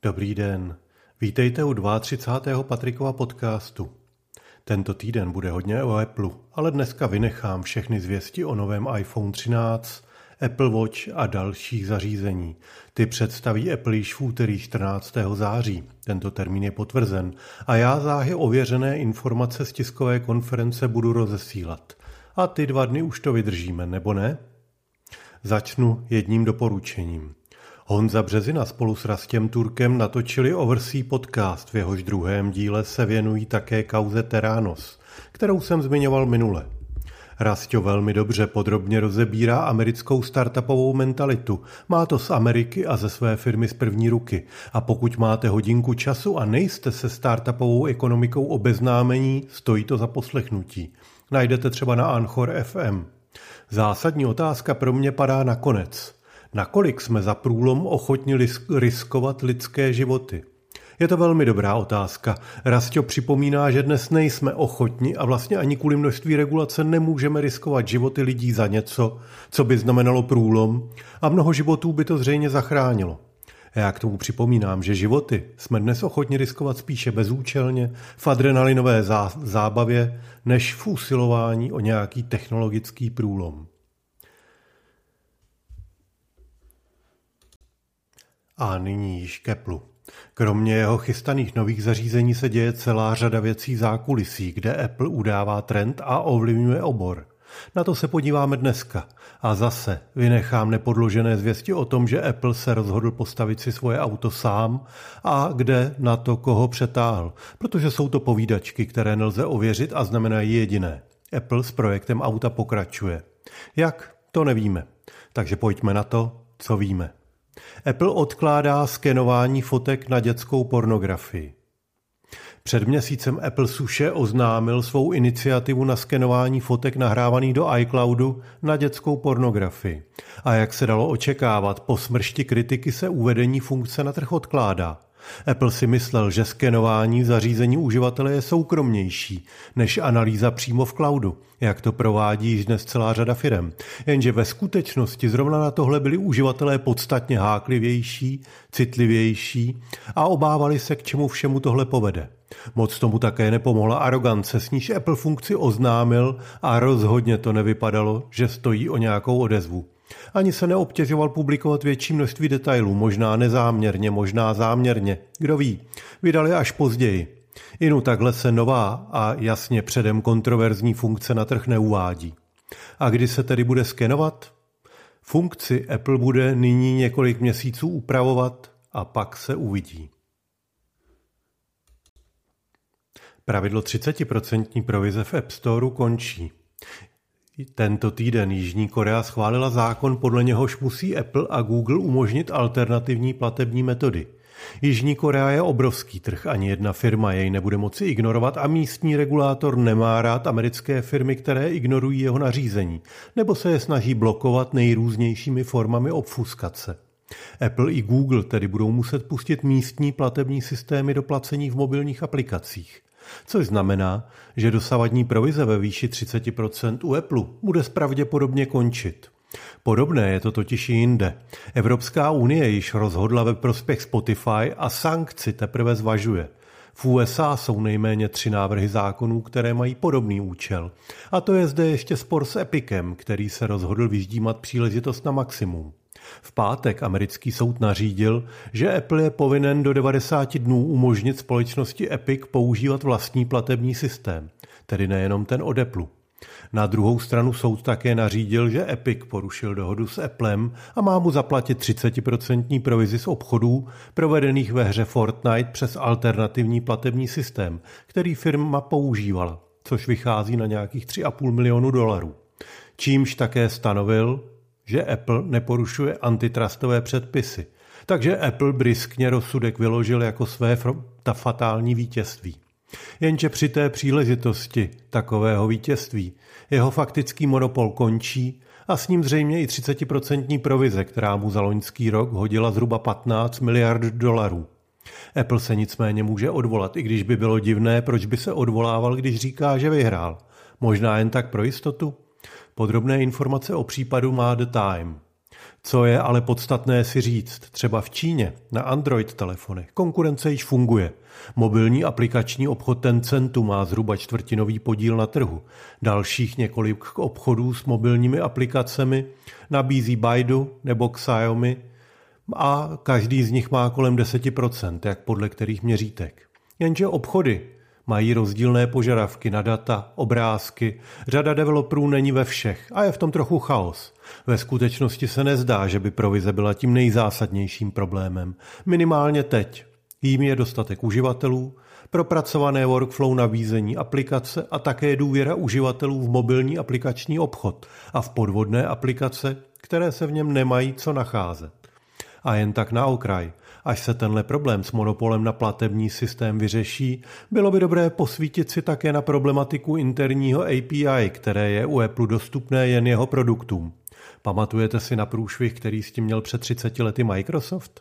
Dobrý den. Vítejte u 32. Patrikova podcastu. Tento týden bude hodně o Apple, ale dneska vynechám všechny zvěsti o novém iPhone 13, Apple Watch a dalších zařízení. Ty představí Apple již v úterý 14. září. Tento termín je potvrzen a já záhy ověřené informace z tiskové konference budu rozesílat. A ty 2 dny už to vydržíme, nebo ne? Začnu jedním doporučením. Honza Březina spolu s Rastěm Turkem natočili Oversea podcast, v jehož druhém díle se věnují také kauze Theranos, kterou jsem zmiňoval minule. Rasťo velmi dobře podrobně rozebírá americkou startupovou mentalitu. Má to z Ameriky a ze své firmy z první ruky. A pokud máte hodinku času a nejste se startupovou ekonomikou obeznámení, stojí to za poslechnutí. Najdete třeba na Anchor FM. Zásadní otázka pro mě padá nakonec. Nakolik jsme za průlom ochotni riskovat lidské životy? Je to velmi dobrá otázka. Rasťo připomíná, že dnes nejsme ochotni a vlastně ani kvůli množství regulace nemůžeme riskovat životy lidí za něco, co by znamenalo průlom, a mnoho životů by to zřejmě zachránilo. Já k tomu připomínám, že životy jsme dnes ochotni riskovat spíše bezúčelně, v adrenalinové zábavě, než v usilování o nějaký technologický průlom. A nyní již k Apple. Kromě jeho chystaných nových zařízení se děje celá řada věcí zákulisí, kde Apple udává trend a ovlivňuje obor. Na to se podíváme dneska. A zase vynechám nepodložené zvěsti o tom, že Apple se rozhodl postavit si svoje auto sám a kde na to koho přetáhl, protože jsou to povídačky, které nelze ověřit a znamenají jediné. Apple s projektem auta pokračuje. Jak? To nevíme. Takže pojďme na to, co víme. Apple odkládá skenování fotek na dětskou pornografii. Před měsícem Apple Suše oznámil svou iniciativu na skenování fotek nahrávaných do iCloudu na dětskou pornografii. A jak se dalo očekávat, po smršti kritiky se uvedení funkce na trh odkládá. Apple si myslel, že skenování zařízení uživatele je soukromnější než analýza přímo v cloudu, jak to provádí již dnes celá řada firem. Jenže ve skutečnosti zrovna na tohle byli uživatelé podstatně háklivější, citlivější a obávali se, k čemu všemu tohle povede. Moc tomu také nepomohla arogance, s níž Apple funkci oznámil a rozhodně to nevypadalo, že stojí o nějakou odezvu. Ani se neobtěžoval publikovat větší množství detailů, možná nezáměrně, možná záměrně, kdo ví, vydali až později. Inu takhle se nová a jasně předem kontroverzní funkce na trh neuvádí. A kdy se tedy bude skenovat? Funkci Apple bude nyní několik měsíců upravovat a pak se uvidí. Pravidlo 30% provize v App Storeu končí. Tento týden Jižní Korea schválila zákon, podle něhož musí Apple a Google umožnit alternativní platební metody. Jižní Korea je obrovský trh, ani jedna firma jej nebude moci ignorovat a místní regulátor nemá rád americké firmy, které ignorují jeho nařízení, nebo se je snaží blokovat nejrůznějšími formami obfuskace. Apple i Google tedy budou muset pustit místní platební systémy do placení v mobilních aplikacích. Což znamená, že dosavadní provize ve výši 30% u Apple bude pravděpodobně končit. Podobné je to totiž i jinde. Evropská unie již rozhodla ve prospěch Spotify a sankci teprve zvažuje. V USA jsou nejméně 3 návrhy zákonů, které mají podobný účel. A to je zde ještě spor s Epicem, který se rozhodl vyždímat příležitost na maximum. V pátek americký soud nařídil, že Apple je povinen do 90 dnů umožnit společnosti Epic používat vlastní platební systém, tedy nejenom ten od Apple. Na druhou stranu soud také nařídil, že Epic porušil dohodu s Applem a má mu zaplatit 30% provizi z obchodů provedených ve hře Fortnite přes alternativní platební systém, který firma používala, což vychází na nějakých $3,5 milionu. Čímž také stanovil, že Apple neporušuje antitrustové předpisy. Takže Apple bryskně rozsudek vyložil jako své fatální vítězství. Jenže při té příležitosti takového vítězství jeho faktický monopol končí a s ním zřejmě i 30% provize, která mu za loňský rok hodila zhruba $15 miliard. Apple se nicméně může odvolat, i když by bylo divné, proč by se odvolával, když říká, že vyhrál. Možná jen tak pro jistotu? Podrobné informace o případu má The Time. Co je ale podstatné si říct, třeba v Číně na Android telefonech konkurence již funguje. Mobilní aplikační obchod Tencentu má zhruba čtvrtinový podíl na trhu. Dalších několik obchodů s mobilními aplikacemi nabízí Baidu nebo Xiaomi a každý z nich má kolem 10%, jak podle kterých měřítek. Jenže obchody mají rozdílné požadavky na data, obrázky, řada developerů není ve všech a je v tom trochu chaos. Ve skutečnosti se nezdá, že by provize byla tím nejzásadnějším problémem. Minimálně teď. Jím je dostatek uživatelů, propracované workflow nabízení aplikace a také důvěra uživatelů v mobilní aplikační obchod a v podvodné aplikace, které se v něm nemají co nacházet. A jen tak na okraj, až se tenhle problém s monopolem na platební systém vyřeší, bylo by dobré posvítit si také na problematiku interního API, které je u Apple dostupné jen jeho produktům. Pamatujete si na průšvih, který s tím měl před 30 lety Microsoft?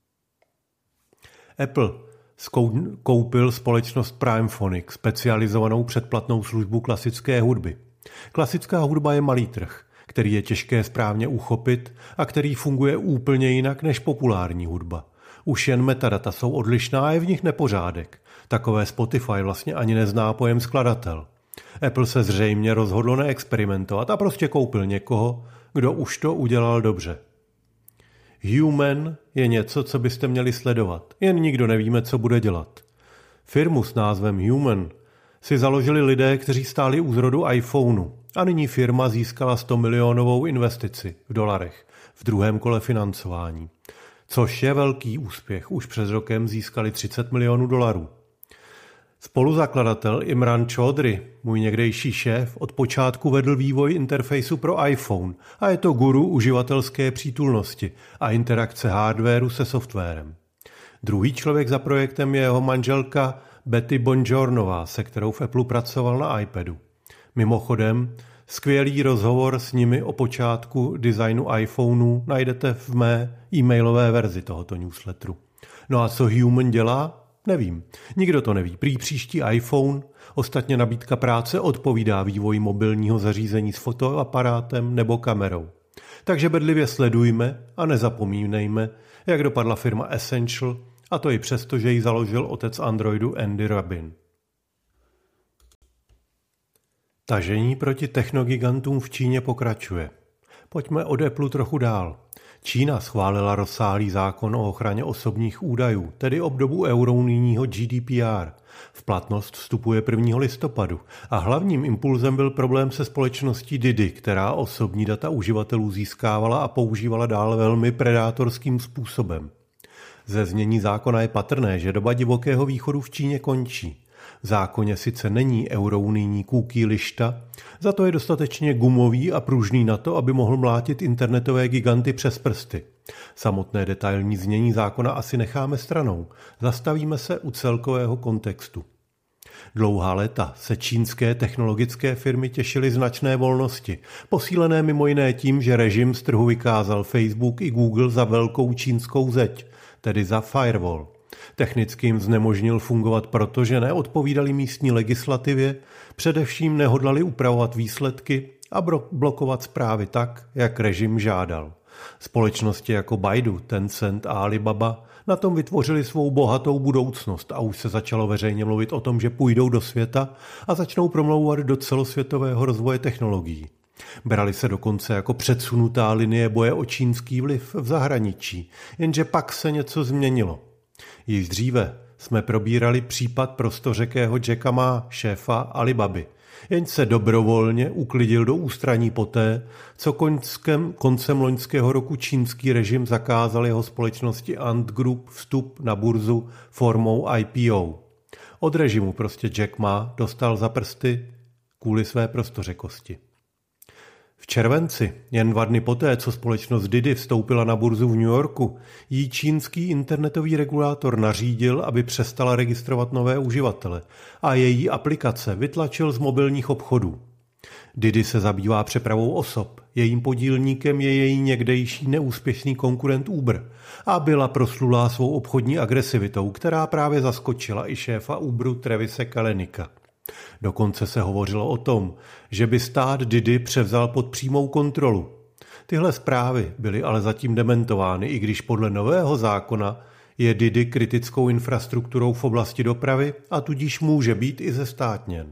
Apple koupil společnost Primephonic, specializovanou předplatnou službu klasické hudby. Klasická hudba je malý trh, který je těžké správně uchopit a který funguje úplně jinak než populární hudba. Už jen metadata jsou odlišná a je v nich nepořádek. Takové Spotify vlastně ani nezná pojem skladatel. Apple se zřejmě rozhodlo neexperimentovat a prostě koupil někoho, kdo už to udělal dobře. Human je něco, co byste měli sledovat, jen nikdo nevíme, co bude dělat. Firmu s názvem Human si založili lidé, kteří stáli u zrodu iPhoneu a nyní firma získala 100 milionovou investici v dolarech v druhém kole financování. Což je velký úspěch, už před rokem získali 30 milionů dolarů. Spoluzakladatel Imran Chaudhry, můj někdejší šéf, od počátku vedl vývoj interfejsu pro iPhone a je to guru uživatelské přítulnosti a interakce hardwaru se softwarem. Druhý člověk za projektem je jeho manželka Betty Bongiornová, se kterou v Apple pracoval na iPadu. Mimochodem, skvělý rozhovor s nimi o počátku designu iPhoneu najdete v mé e-mailové verzi tohoto newsletteru. No a co Human dělá? Nevím. Nikdo to neví. Prý příští iPhone, ostatně nabídka práce odpovídá vývoji mobilního zařízení s fotoaparátem nebo kamerou. Takže bedlivě sledujme a nezapomínejme, jak dopadla firma Essential, a to i přesto, že ji založil otec Androidu Andy Rubin. Tažení proti technogigantům v Číně pokračuje. Pojďme od Apple trochu dál. Čína schválila rozsáhlý zákon o ochraně osobních údajů, tedy obdobu eurounijního GDPR. V platnost vstupuje 1. listopadu a hlavním impulzem byl problém se společností Didi, která osobní data uživatelů získávala a používala dál velmi predátorským způsobem. Ze znění zákona je patrné, že doba divokého východu v Číně končí. V zákoně sice není eurounijní cookie lišta, za to je dostatečně gumový a pružný na to, aby mohl mlátit internetové giganty přes prsty. Samotné detailní znění zákona asi necháme stranou, zastavíme se u celkového kontextu. Dlouhá léta se čínské technologické firmy těšily značné volnosti, posílené mimo jiné tím, že režim z trhu vykázal Facebook i Google za velkou čínskou zeď, tedy za firewall. Technicky jim znemožnil fungovat, protože neodpovídali místní legislativě, především nehodlali upravovat výsledky a blokovat zprávy tak, jak režim žádal. Společnosti jako Baidu, Tencent a Alibaba na tom vytvořili svou bohatou budoucnost a už se začalo veřejně mluvit o tom, že půjdou do světa a začnou promlouvat do celosvětového rozvoje technologií. Brali se dokonce jako předsunutá linie boje o čínský vliv v zahraničí, jenže pak se něco změnilo. Již dříve jsme probírali případ prostořekého Jacka Ma, šéfa Alibaby. Jenž se dobrovolně uklidil do ústraní poté, co koncem loňského roku čínský režim zakázal jeho společnosti Ant Group vstup na burzu formou IPO. Od režimu prostě Jack Ma dostal za prsty kvůli své prostořekosti. V červenci, jen 2 dny poté, co společnost Didi vstoupila na burzu v New Yorku, jí čínský internetový regulátor nařídil, aby přestala registrovat nové uživatele a její aplikace vytlačil z mobilních obchodů. Didi se zabývá přepravou osob, jejím podílníkem je její někdejší neúspěšný konkurent Uber a byla proslulá svou obchodní agresivitou, která právě zaskočila i šéfa Uberu Travise Kalanick'a. Dokonce se hovořilo o tom, že by stát Didi převzal pod přímou kontrolu. Tyhle zprávy byly ale zatím dementovány, i když podle nového zákona je Didi kritickou infrastrukturou v oblasti dopravy a tudíž může být i zestátněn.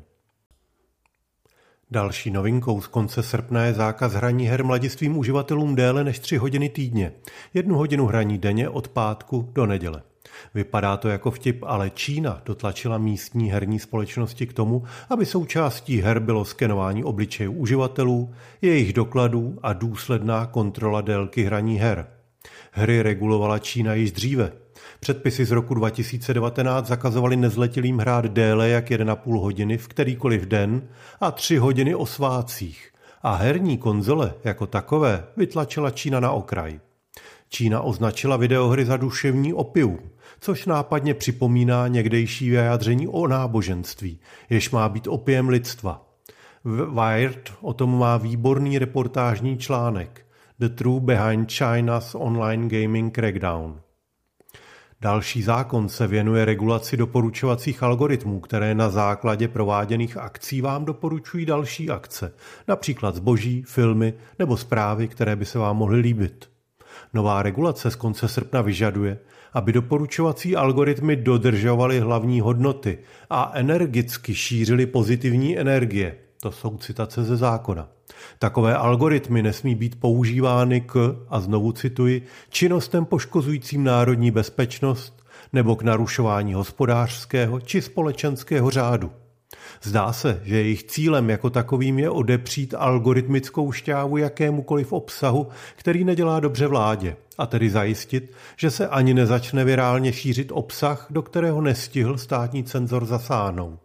Další novinkou z konce srpna je zákaz hraní her mladistvým uživatelům déle než 3 hodiny týdně. 1 hodinu hraní denně od pátku do neděle. Vypadá to jako vtip, ale Čína dotlačila místní herní společnosti k tomu, aby součástí her bylo skenování obličejů uživatelů, jejich dokladů a důsledná kontrola délky hraní her. Hry regulovala Čína již dříve. Předpisy z roku 2019 zakazovaly nezletilým hrát déle jak 1,5 hodiny v kterýkoliv den a 3 hodiny o svátcích. A herní konzole jako takové vytlačila Čína na okraj. Čína označila videohry za duševní opium, což nápadně připomíná někdejší vyjádření o náboženství, jež má být opiem lidstva. Wired o tom má výborný reportážní článek The Truth Behind China's Online Gaming Crackdown. Další zákon se věnuje regulaci doporučovacích algoritmů, které na základě prováděných akcí vám doporučují další akce, například zboží, filmy nebo zprávy, které by se vám mohly líbit. Nová regulace z konce srpna vyžaduje, aby doporučovací algoritmy dodržovaly hlavní hodnoty a energicky šířily pozitivní energie. To jsou citace ze zákona. Takové algoritmy nesmí být používány k, a znovu cituji, činnostem poškozujícím národní bezpečnost nebo k narušování hospodářského či společenského řádu. Zdá se, že jejich cílem jako takovým je odepřít algoritmickou šťávu jakémukoliv obsahu, který nedělá dobře vládě, a tedy zajistit, že se ani nezačne virálně šířit obsah, do kterého nestihl státní cenzor zasáhnout.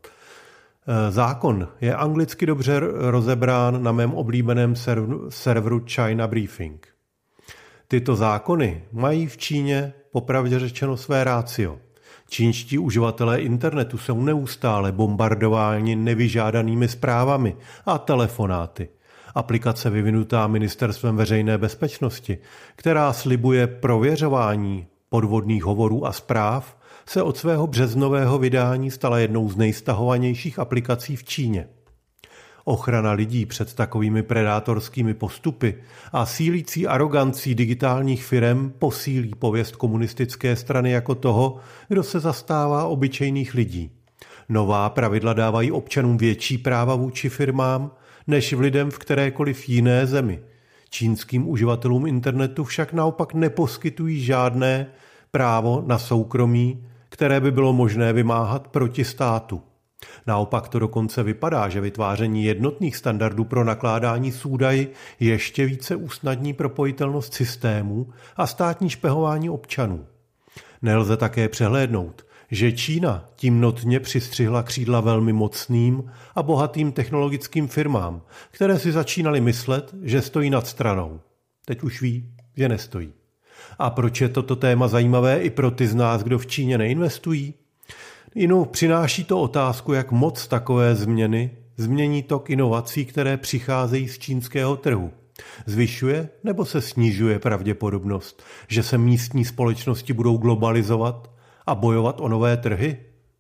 Zákon je anglicky dobře rozebrán na mém oblíbeném serveru China Briefing. Tyto zákony mají v Číně popravdě řečeno své ratio. Čínští uživatelé internetu jsou neustále bombardováni nevyžádanými zprávami a telefonáty. Aplikace vyvinutá Ministerstvem veřejné bezpečnosti, která slibuje prověřování podvodných hovorů a zpráv, se od svého březnového vydání stala jednou z nejstahovanějších aplikací v Číně. Ochrana lidí před takovými predátorskými postupy a sílící arogancí digitálních firem posílí pověst komunistické strany jako toho, kdo se zastává obyčejných lidí. Nová pravidla dávají občanům větší práva vůči firmám, než v lidem v kterékoliv jiné zemi. Čínským uživatelům internetu však naopak neposkytují žádné právo na soukromí, které by bylo možné vymáhat proti státu. Naopak to dokonce vypadá, že vytváření jednotných standardů pro nakládání s údaji ještě více usnadní propojitelnost systémů a státní špehování občanů. Nelze také přehlédnout, že Čína tím notně přistřihla křídla velmi mocným a bohatým technologickým firmám, které si začínaly myslet, že stojí nad stranou. Teď už ví, že nestojí. A proč je toto téma zajímavé i pro ty z nás, kdo v Číně neinvestují? Přináší to otázku, jak moc takové změny změní tok inovací, které přicházejí z čínského trhu. Zvyšuje nebo se snižuje pravděpodobnost, že se místní společnosti budou globalizovat a bojovat o nové trhy?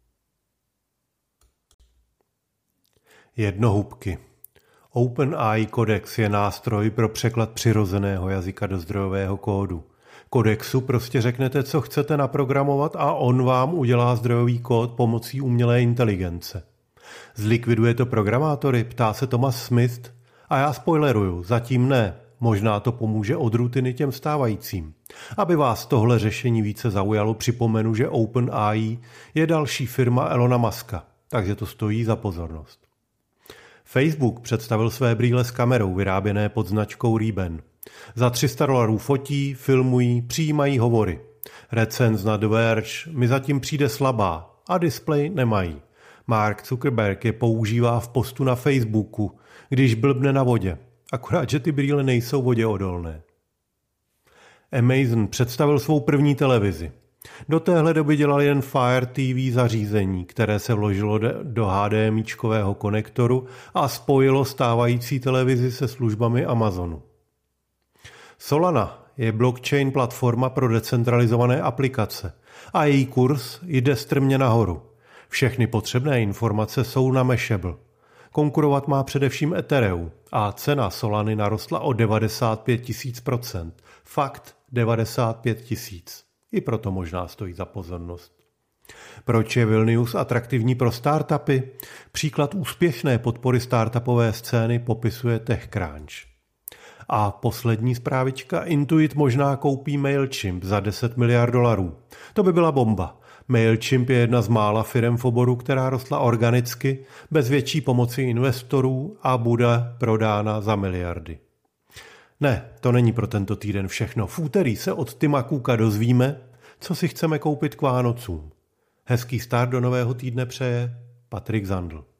Jednohubky. OpenAI Codex je nástroj pro překlad přirozeného jazyka do zdrojového kódu. Kodexu prostě řeknete, co chcete naprogramovat a on vám udělá zdrojový kód pomocí umělé inteligence. Zlikviduje to programátory, ptá se Thomas Smith. A já spoileruju, zatím ne. Možná to pomůže od rutiny těm stávajícím. Aby vás tohle řešení více zaujalo, připomenu, že OpenAI je další firma Elona Muska, takže to stojí za pozornost. Facebook představil své brýle s kamerou vyráběné pod značkou Ray-Ban. Za $300 fotí, filmují, přijímají hovory. Recenz na The Verge mi zatím přijde slabá a displej nemají. Mark Zuckerberg je používá v postu na Facebooku, když blbne na vodě. Akorát, že ty brýle nejsou voděodolné. Amazon představil svou první televizi. Do téhle doby dělal jen Fire TV zařízení, které se vložilo do HDMIčkového konektoru a spojilo stávající televizi se službami Amazonu. Solana je blockchain platforma pro decentralizované aplikace a její kurz jde strmě nahoru. Všechny potřebné informace jsou na Mashable. Konkurovat má především Ethereum a cena Solany narostla o 95 000%. Fakt 95 000. I proto možná stojí za pozornost. Proč je Vilnius atraktivní pro startupy? Příklad úspěšné podpory startupové scény popisuje TechCrunch. A poslední zprávička, Intuit možná koupí Mailchimp za 10 miliard dolarů. To by byla bomba. Mailchimp je jedna z mála firem v oboru, která rostla organicky, bez větší pomoci investorů a bude prodána za miliardy. Ne, to není pro tento týden všechno. V úterý se od Tima Cooka dozvíme, co si chceme koupit k Vánocům. Hezký start do nového týdne přeje Patrik Zandl.